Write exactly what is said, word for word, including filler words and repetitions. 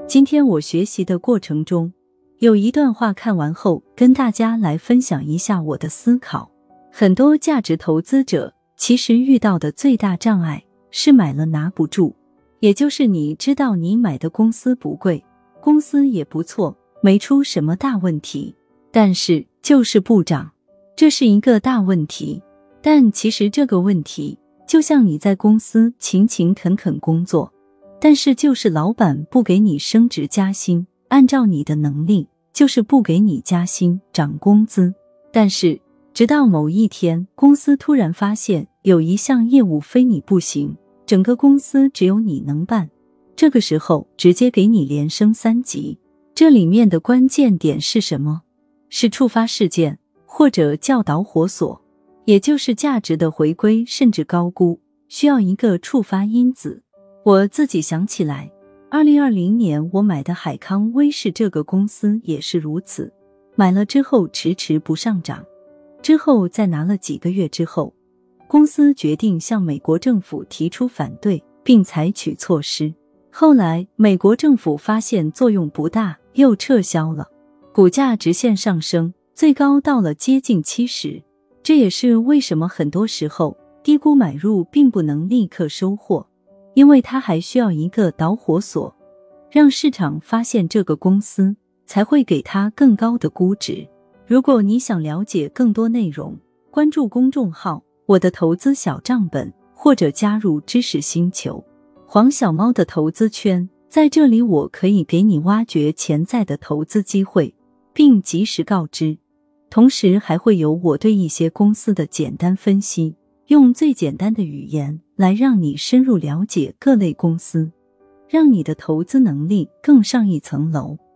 今天我学习的过程中，有一段话看完后跟大家来分享一下我的思考。很多价值投资者其实遇到的最大障碍是买了拿不住，也就是你知道你买的公司不贵，公司也不错，没出什么大问题，但是就是不涨，这是一个大问题。但其实这个问题就像你在公司勤勤恳恳工作，但是就是老板不给你升职加薪，按照你的能力就是不给你加薪涨工资。但是直到某一天公司突然发现有一项业务非你不行，整个公司只有你能办，这个时候直接给你连升三级。这里面的关键点是什么？是触发事件，或者叫导火索，也就是价值的回归甚至高估，需要一个触发因子。我自己想起来二零二零年我买的海康威视这个公司也是如此，买了之后迟迟不上涨，之后再拿了几个月之后，公司决定向美国政府提出反对并采取措施，后来美国政府发现作用不大，又撤销了，股价直线上升，最高到了接近七十。这也是为什么很多时候低估买入并不能立刻收获，因为它还需要一个导火索，让市场发现这个公司，才会给它更高的估值。如果你想了解更多内容，关注公众号我的投资小账本，或者加入知识星球黄小猫的投资圈，在这里我可以给你挖掘潜在的投资机会，并及时告知，同时还会有我对一些公司的简单分析，用最简单的语言来让你深入了解各类公司，让你的投资能力更上一层楼。